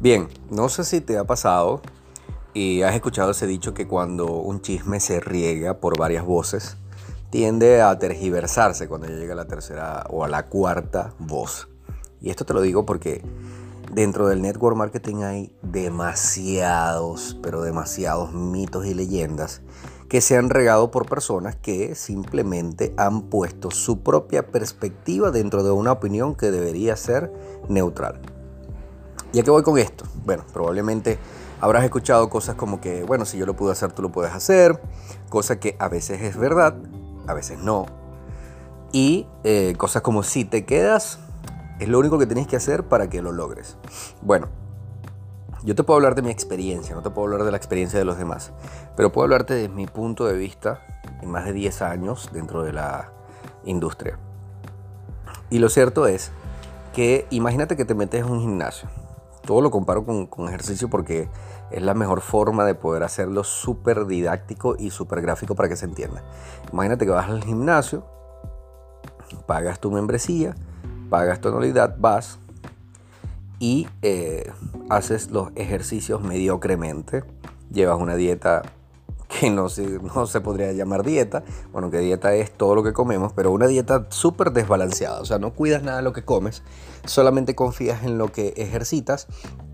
Bien, no sé si te ha pasado y has escuchado ese dicho que cuando un chisme se riega por varias voces, tiende a tergiversarse cuando ya llega a la tercera o a la cuarta voz. Y esto te lo digo porque dentro del network marketing hay demasiados, pero demasiados mitos y leyendas que se han regado por personas que simplemente han puesto su propia perspectiva dentro de una opinión que debería ser neutral. ¿Y a qué voy con esto? Bueno, probablemente habrás escuchado cosas como que, bueno, si yo lo pude hacer, tú lo puedes hacer, cosa que a veces es verdad, a veces no. Y cosas como si te quedas, es lo único que tienes que hacer para que lo logres. Bueno, yo te puedo hablar de mi experiencia, no te puedo hablar de la experiencia de los demás, pero puedo hablarte de mi punto de vista en más de 10 años dentro de la industria. Y lo cierto es que imagínate que te metes en un gimnasio. Todo lo comparo con ejercicio porque es la mejor forma de poder hacerlo súper didáctico y súper gráfico para que se entienda. Imagínate que vas al gimnasio, pagas tu membresía, pagas tu anualidad, vas y haces los ejercicios mediocremente. Llevas una dieta que no se podría llamar dieta. Bueno, que dieta es todo lo que comemos, pero una dieta súper desbalanceada. O sea, no cuidas nada de lo que comes, solamente confías en lo que ejercitas,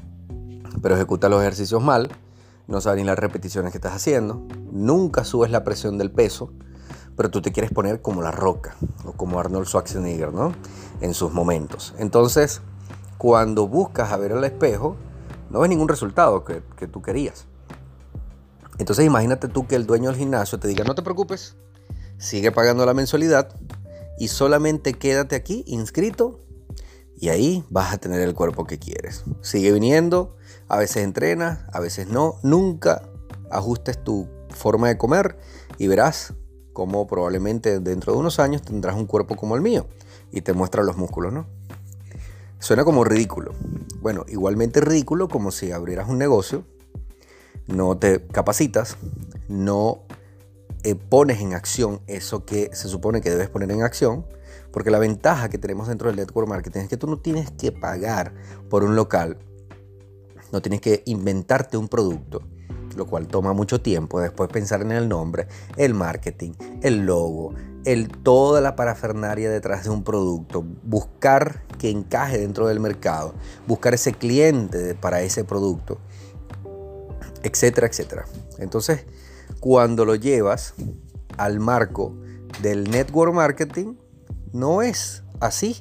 pero ejecutas los ejercicios mal, no sabes ni las repeticiones que estás haciendo, nunca subes la presión del peso, pero tú te quieres poner como La Roca o como Arnold Schwarzenegger, ¿no? En sus momentos. Entonces, cuando buscas a ver al espejo, no ves ningún resultado que tú querías. Entonces imagínate tú que el dueño del gimnasio te diga, no te preocupes, sigue pagando la mensualidad y solamente quédate aquí inscrito y ahí vas a tener el cuerpo que quieres. Sigue viniendo, a veces entrenas, a veces no, nunca ajustes tu forma de comer y verás cómo probablemente dentro de unos años tendrás un cuerpo como el mío y te muestra los músculos, ¿no? Suena como ridículo. Bueno, igualmente ridículo como si abrieras un negocio, no te capacitas, no pones en acción eso que se supone que debes poner en acción, porque la ventaja que tenemos dentro del network marketing es que tú no tienes que pagar por un local, no tienes que inventarte un producto, lo cual toma mucho tiempo. Después pensar en el nombre, el marketing, el logo, toda la parafernalia detrás de un producto, buscar que encaje dentro del mercado, buscar ese cliente para ese producto, etcétera, etcétera. Entonces, cuando lo llevas al marco del network marketing, no es así.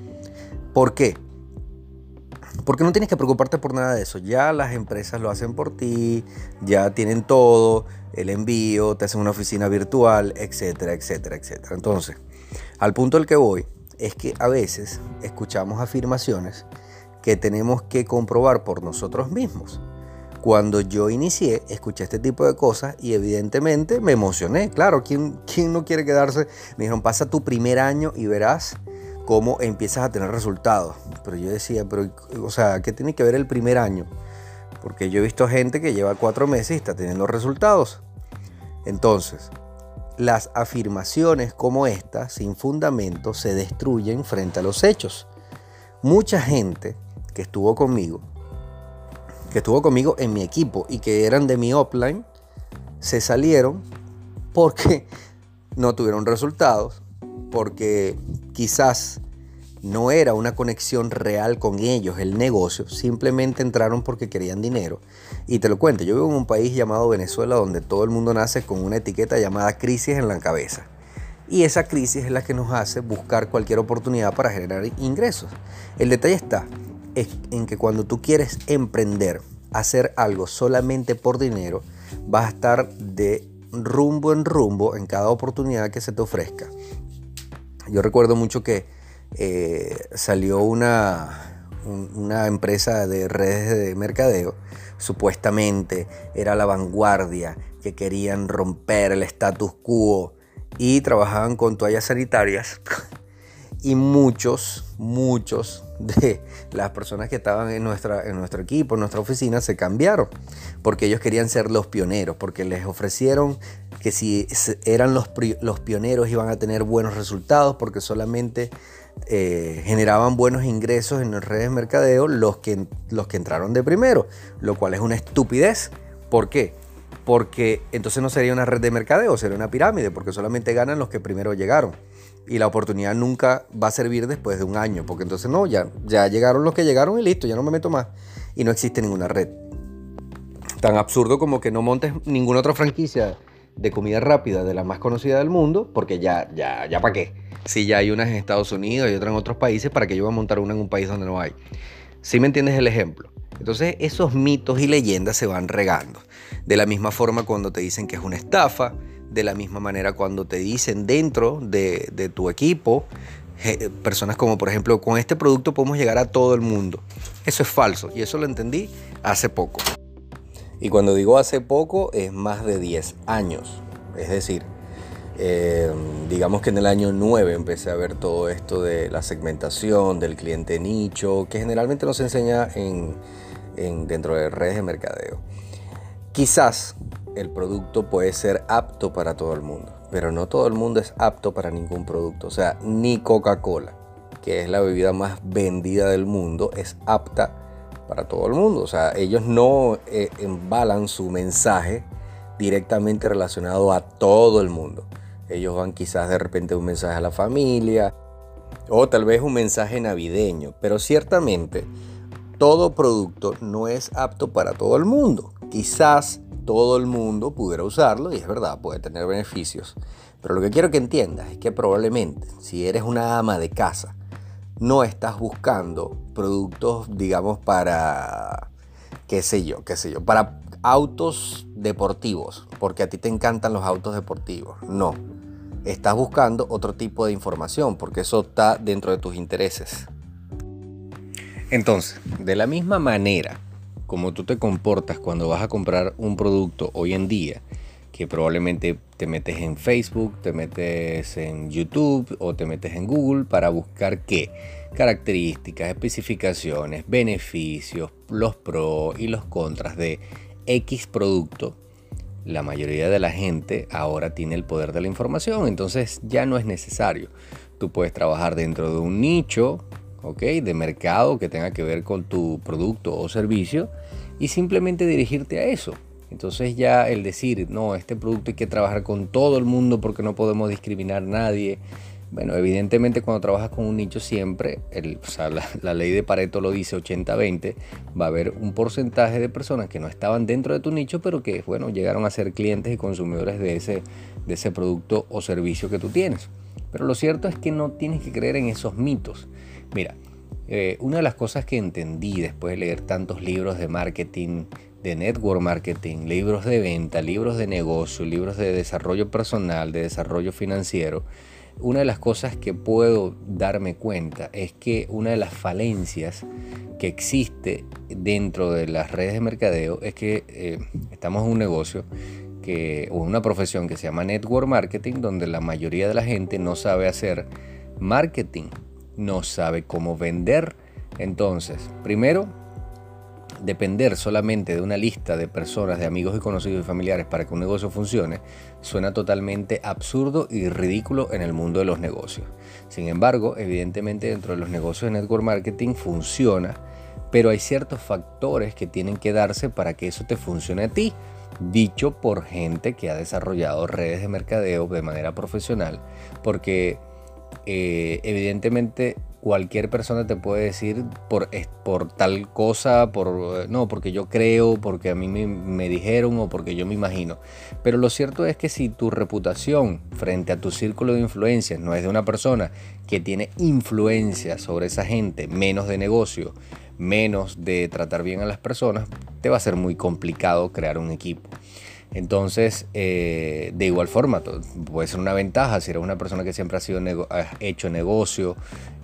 ¿Por qué? Porque no tienes que preocuparte por nada de eso. Ya las empresas lo hacen por ti, ya tienen todo, el envío, te hacen una oficina virtual, etcétera, etcétera, etcétera. Entonces, al punto al que voy es que a veces escuchamos afirmaciones que tenemos que comprobar por nosotros mismos. Cuando yo inicié, escuché este tipo de cosas y evidentemente me emocioné. Claro, ¿quién no quiere quedarse? Me dijeron, pasa tu primer año y verás cómo empiezas a tener resultados. Pero yo decía, o sea, ¿qué tiene que ver el primer año? Porque yo he visto gente que lleva 4 meses y está teniendo resultados. Entonces, las afirmaciones como esta, sin fundamento, se destruyen frente a los hechos. Mucha gente que estuvo conmigo en mi equipo y que eran de mi upline, se salieron porque no tuvieron resultados, porque quizás no era una conexión real con ellos, el negocio, simplemente entraron porque querían dinero. Y te lo cuento, yo vivo en un país llamado Venezuela donde todo el mundo nace con una etiqueta llamada crisis en la cabeza. Y esa crisis es la que nos hace buscar cualquier oportunidad para generar ingresos. El detalle está en que cuando tú quieres emprender, hacer algo solamente por dinero, vas a estar de rumbo en rumbo en cada oportunidad que se te ofrezca. Yo recuerdo mucho que salió una empresa de redes de mercadeo, supuestamente era la vanguardia, que querían romper el status quo y trabajaban con toallas sanitarias Y muchos de las personas que estaban en nuestro equipo, en nuestra oficina, se cambiaron porque ellos querían ser los pioneros, porque les ofrecieron que si eran los pioneros iban a tener buenos resultados, porque solamente generaban buenos ingresos en las redes de mercadeo los que entraron de primero, lo cual es una estupidez. ¿Por qué? Porque entonces no sería una red de mercadeo, sería una pirámide, porque solamente ganan los que primero llegaron. Y la oportunidad nunca va a servir después de un año, porque entonces no, ya llegaron los que llegaron y listo, ya no me meto más. Y no existe ninguna red. Tan absurdo como que no montes ninguna otra franquicia de comida rápida de la más conocida del mundo, porque ya ¿para qué? Si ya hay unas en Estados Unidos y otras en otros países, ¿para qué yo voy a montar una en un país donde no hay? ¿Sí me entiendes el ejemplo? Entonces esos mitos y leyendas se van regando. De la misma forma cuando te dicen que es una estafa, de la misma manera cuando te dicen dentro de tu equipo, personas como por ejemplo, con este producto podemos llegar a todo el mundo. Eso es falso y eso lo entendí hace poco. Y cuando digo hace poco es más de 10 años. Es decir, digamos que en el año 9 empecé a ver todo esto de la segmentación, del cliente nicho, que generalmente nos enseña dentro de redes de mercadeo. Quizás el producto puede ser apto para todo el mundo, pero no todo el mundo es apto para ningún producto. O sea, ni Coca-Cola, que es la bebida más vendida del mundo, es apta para todo el mundo. O sea, ellos no embalan su mensaje directamente relacionado a todo el mundo. Ellos van quizás de repente un mensaje a la familia o tal vez un mensaje navideño, pero ciertamente todo producto no es apto para todo el mundo. Quizás todo el mundo pudiera usarlo y es verdad, puede tener beneficios. Pero lo que quiero que entiendas es que probablemente si eres una ama de casa, no estás buscando productos, digamos, para, qué sé yo, para autos deportivos, porque a ti te encantan los autos deportivos. No, estás buscando otro tipo de información, porque eso está dentro de tus intereses. Entonces, de la misma manera como tú te comportas cuando vas a comprar un producto hoy en día, que probablemente te metes en Facebook, te metes en YouTube o te metes en Google para buscar qué características, especificaciones, beneficios, los pros y los contras de X producto. La mayoría de la gente ahora tiene el poder de la información, entonces ya no es necesario. Tú puedes trabajar dentro de un nicho, de mercado que tenga que ver con tu producto o servicio y simplemente dirigirte a eso. Entonces ya el decir, no, este producto hay que trabajar con todo el mundo porque no podemos discriminar a nadie. Bueno, evidentemente cuando trabajas con un nicho siempre, la ley de Pareto lo dice 80-20, va a haber un porcentaje de personas que no estaban dentro de tu nicho, pero que, bueno, llegaron a ser clientes y consumidores de ese producto o servicio que tú tienes. Pero lo cierto es que no tienes que creer en esos mitos. Mira, una de las cosas que entendí después de leer tantos libros de marketing, de network marketing, libros de venta, libros de negocio, libros de desarrollo personal, de desarrollo financiero, una de las cosas que puedo darme cuenta es que una de las falencias que existe dentro de las redes de mercadeo es que estamos en un negocio o una profesión que se llama network marketing, donde la mayoría de la gente no sabe hacer marketing, no sabe cómo vender. Entonces, primero, depender solamente de una lista de personas, de amigos y conocidos y familiares para que un negocio funcione, suena totalmente absurdo y ridículo en el mundo de los negocios. Sin embargo, evidentemente dentro de los negocios de network marketing funciona, pero hay ciertos factores que tienen que darse para que eso te funcione a ti, dicho por gente que ha desarrollado redes de mercadeo de manera profesional, porque evidentemente cualquier persona te puede decir por tal cosa, porque yo creo, porque a mí me dijeron o porque yo me imagino. Pero lo cierto es que si tu reputación frente a tu círculo de influencias no es de una persona que tiene influencia sobre esa gente, menos de negocio, menos de tratar bien a las personas, te va a ser muy complicado crear un equipo. Entonces, de igual forma, puede ser una ventaja si eres una persona que siempre has hecho negocio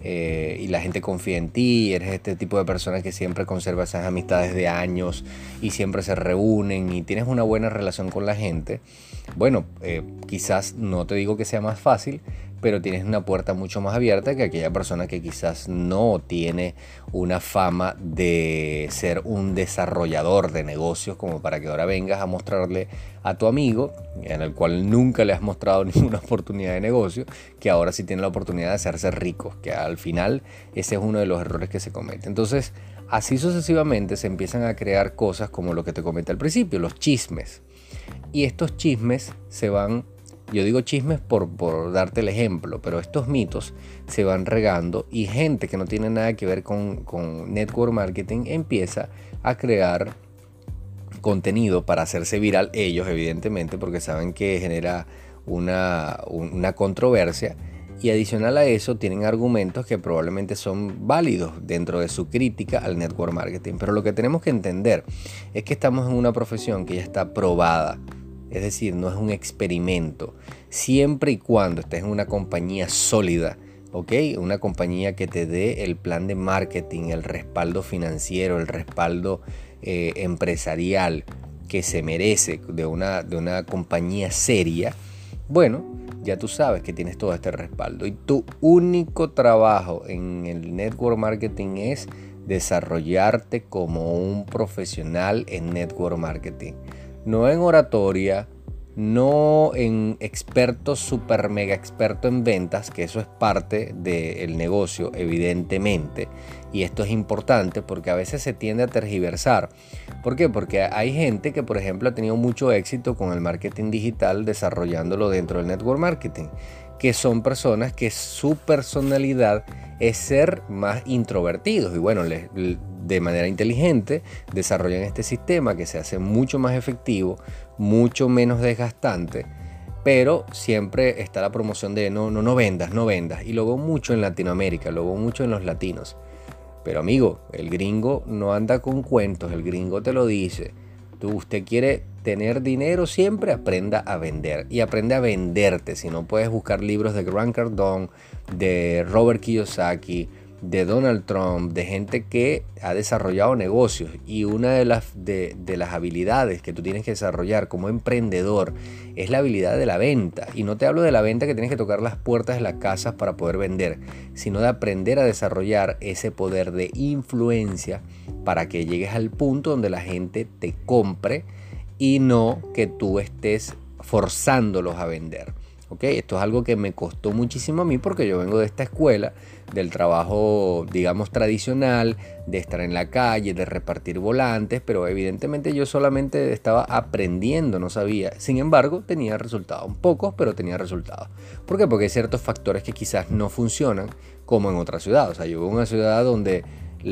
y la gente confía en ti, eres este tipo de persona que siempre conserva esas amistades de años y siempre se reúnen y tienes una buena relación con la gente. Bueno, quizás no te digo que sea más fácil, pero tienes una puerta mucho más abierta que aquella persona que quizás no tiene una fama de ser un desarrollador de negocios como para que ahora vengas a mostrarle a tu amigo, en el cual nunca le has mostrado ninguna oportunidad de negocio, que ahora sí tiene la oportunidad de hacerse rico, que al final ese es uno de los errores que se comete. Entonces, así sucesivamente se empiezan a crear cosas como lo que te comenté al principio, los chismes. Y estos chismes se van, yo digo chismes por darte el ejemplo, pero estos mitos se van regando y gente que no tiene nada que ver con network marketing empieza a crear contenido para hacerse viral ellos, evidentemente, porque saben que genera una controversia. Y adicional a eso tienen argumentos que probablemente son válidos dentro de su crítica al network marketing. Pero lo que tenemos que entender es que estamos en una profesión que ya está probada. Es decir, no es un experimento. Siempre y cuando estés en una compañía sólida, ¿ok? Una compañía que te dé el plan de marketing, el respaldo financiero, el respaldo empresarial que se merece de una compañía seria, bueno, ya tú sabes que tienes todo este respaldo. Y tu único trabajo en el network marketing es desarrollarte como un profesional en network marketing. No en oratoria, no en experto, super mega experto en ventas, que eso es parte del negocio, evidentemente. Y esto es importante porque a veces se tiende a tergiversar. ¿Por qué? Porque hay gente que, por ejemplo, ha tenido mucho éxito con el marketing digital desarrollándolo dentro del network marketing, que son personas que su personalidad es ser más introvertidos y bueno, de manera inteligente desarrollan este sistema que se hace mucho más efectivo, mucho menos desgastante, pero siempre está la promoción de no vendas, no vendas, y lo veo mucho en Latinoamérica, lo veo mucho en los latinos. Pero amigo, el gringo no anda con cuentos, el gringo te lo dice. Usted quiere tener dinero, siempre aprenda a vender y aprende a venderte. Si no, puedes buscar libros de Grant Cardone, de Robert Kiyosaki, de Donald Trump, de gente que ha desarrollado negocios. Y una de las habilidades que tú tienes que desarrollar como emprendedor es la habilidad de la venta. Y no te hablo de la venta que tienes que tocar las puertas de las casas para poder vender, sino de aprender a desarrollar ese poder de influencia para que llegues al punto donde la gente te compre y no que tú estés forzándolos a vender. ¿Okay? Esto es algo que me costó muchísimo a mí porque yo vengo de esta escuela, del trabajo, digamos, tradicional, de estar en la calle, de repartir volantes, pero evidentemente yo solamente estaba aprendiendo, no sabía. Sin embargo, tenía resultados, pocos, pero tenía resultados. ¿Por qué? Porque hay ciertos factores que quizás no funcionan como en otra ciudad. O sea, yo vivo en una ciudad donde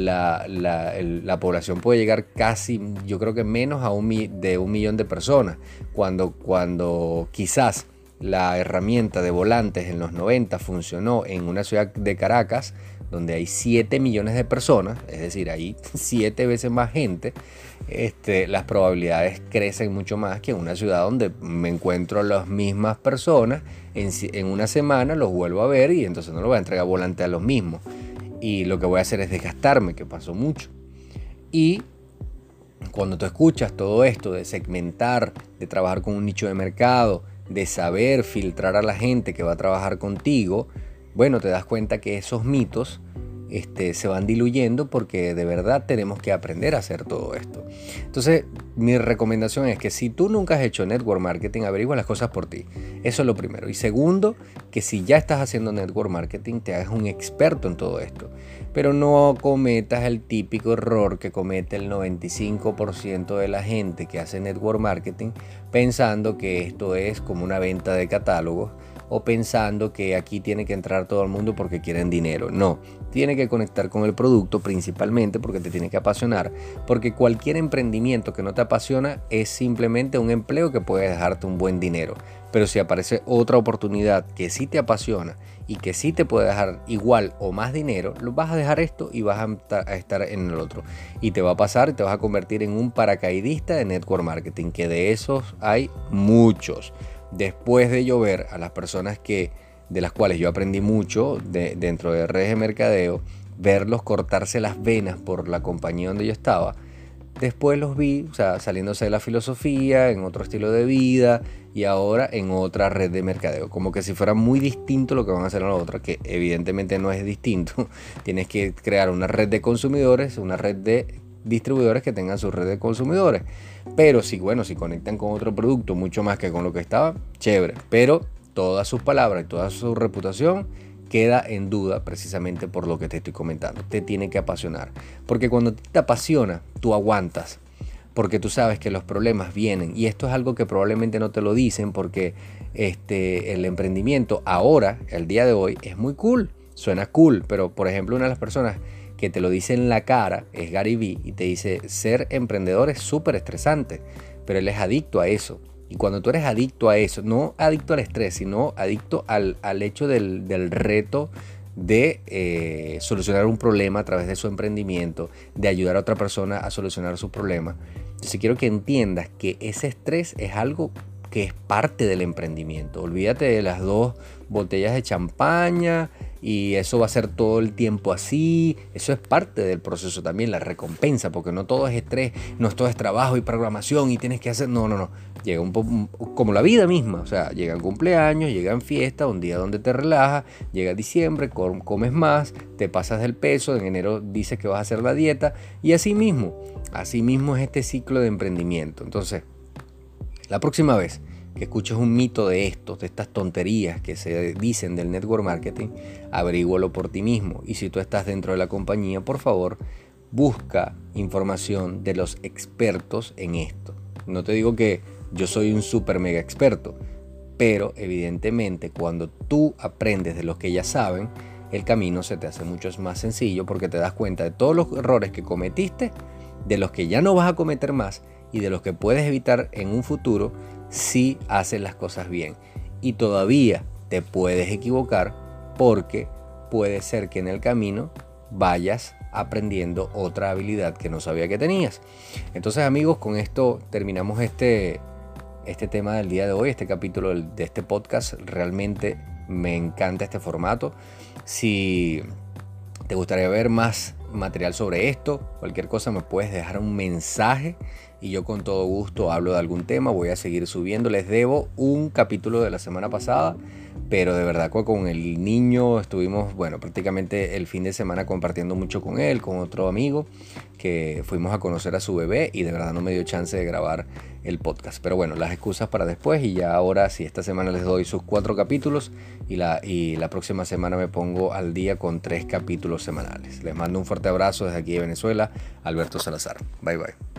la población puede llegar casi, yo creo que menos de 1 millón de personas, cuando quizás la herramienta de volantes en los 90 funcionó en una ciudad de Caracas donde hay 7 millones de personas, es decir, hay 7 veces más gente. Las probabilidades crecen mucho más que en una ciudad donde me encuentro a las mismas personas en una semana, los vuelvo a ver y entonces no le voy a entregar volante a los mismos. Y lo que voy a hacer es desgastarme, que pasó mucho. Y cuando tú escuchas todo esto de segmentar, de trabajar con un nicho de mercado, de saber filtrar a la gente que va a trabajar contigo, bueno, te das cuenta que esos mitos se van diluyendo porque de verdad tenemos que aprender a hacer todo esto. Entonces, mi recomendación es que si tú nunca has hecho network marketing, averigua las cosas por ti. Eso es lo primero. Y segundo, que si ya estás haciendo network marketing, te hagas un experto en todo esto. Pero no cometas el típico error que comete el 95% de la gente que hace network marketing, pensando que esto es como una venta de catálogos o pensando que aquí tiene que entrar todo el mundo porque quieren dinero. No, tiene que conectar con el producto principalmente porque te tiene que apasionar, porque cualquier emprendimiento que no te apasiona es simplemente un empleo que puede dejarte un buen dinero. Pero si aparece otra oportunidad que sí te apasiona y que sí te puede dejar igual o más dinero, lo vas a dejar esto y vas a estar en el otro. Y te va a pasar, te vas a convertir en un paracaidista de network marketing, que de esos hay muchos. Después de yo ver a las personas de las cuales yo aprendí mucho dentro de redes de mercadeo, verlos cortarse las venas por la compañía donde yo estaba, después los vi, o sea, saliéndose de la filosofía, en otro estilo de vida y ahora en otra red de mercadeo. Como que si fuera muy distinto lo que van a hacer en la otra, que evidentemente no es distinto. Tienes que crear una red de consumidores, una red de distribuidores que tengan su red de consumidores. Pero si conectan con otro producto mucho más que con lo que estaba, chévere. Pero todas sus palabras y toda su reputación queda en duda precisamente por lo que te estoy comentando. Te tiene que apasionar. Porque cuando te apasiona, tú aguantas. Porque tú sabes que los problemas vienen. Y esto es algo que probablemente no te lo dicen porque el emprendimiento ahora, el día de hoy, es muy cool. Suena cool, pero por ejemplo una de las personas que te lo dice en la cara es Gary Vee y te dice ser emprendedor es súper estresante, pero él es adicto a eso. Y cuando tú eres adicto a eso, no adicto al estrés, sino adicto al hecho del reto de solucionar un problema a través de su emprendimiento, de ayudar a otra persona a solucionar su problema. Entonces quiero que entiendas que ese estrés es algo que es parte del emprendimiento. Olvídate de las 2 botellas de champaña y eso va a ser todo el tiempo así. Eso es parte del proceso también, la recompensa, porque no todo es estrés, no todo es trabajo y programación y tienes que hacer... No. Llega un poco como la vida misma, o sea, llegan cumpleaños, llegan fiestas, un día donde te relajas, llega diciembre, comes más, te pasas del peso, en enero dices que vas a hacer la dieta y así mismo es este ciclo de emprendimiento. Entonces, la próxima vez que escuches un mito de estas tonterías que se dicen del network marketing, averígualo por ti mismo. Y si tú estás dentro de la compañía, por favor, busca información de los expertos en esto. No te digo que yo soy un super mega experto, pero evidentemente cuando tú aprendes de los que ya saben, el camino se te hace mucho más sencillo porque te das cuenta de todos los errores que cometiste, de los que ya no vas a cometer más y de los que puedes evitar en un futuro si haces las cosas bien. Y todavía te puedes equivocar porque puede ser que en el camino vayas aprendiendo otra habilidad que no sabía que tenías. Entonces, amigos, con esto terminamos este tema del día de hoy, este capítulo de este podcast. Realmente me encanta este formato. Si te gustaría ver más material sobre esto, cualquier cosa me puedes dejar un mensaje y yo con todo gusto hablo de algún tema. Voy a seguir subiendo. Les debo un capítulo de la semana pasada, pero de verdad con el niño estuvimos, prácticamente el fin de semana compartiendo mucho con él, con otro amigo que fuimos a conocer a su bebé y de verdad no me dio chance de grabar el podcast. Pero bueno, las excusas para después y ya ahora sí, esta semana les doy sus 4 capítulos y la próxima semana me pongo al día con 3 capítulos semanales. Les mando un fuerte abrazo desde aquí de Venezuela, Alberto Salazar. Bye bye.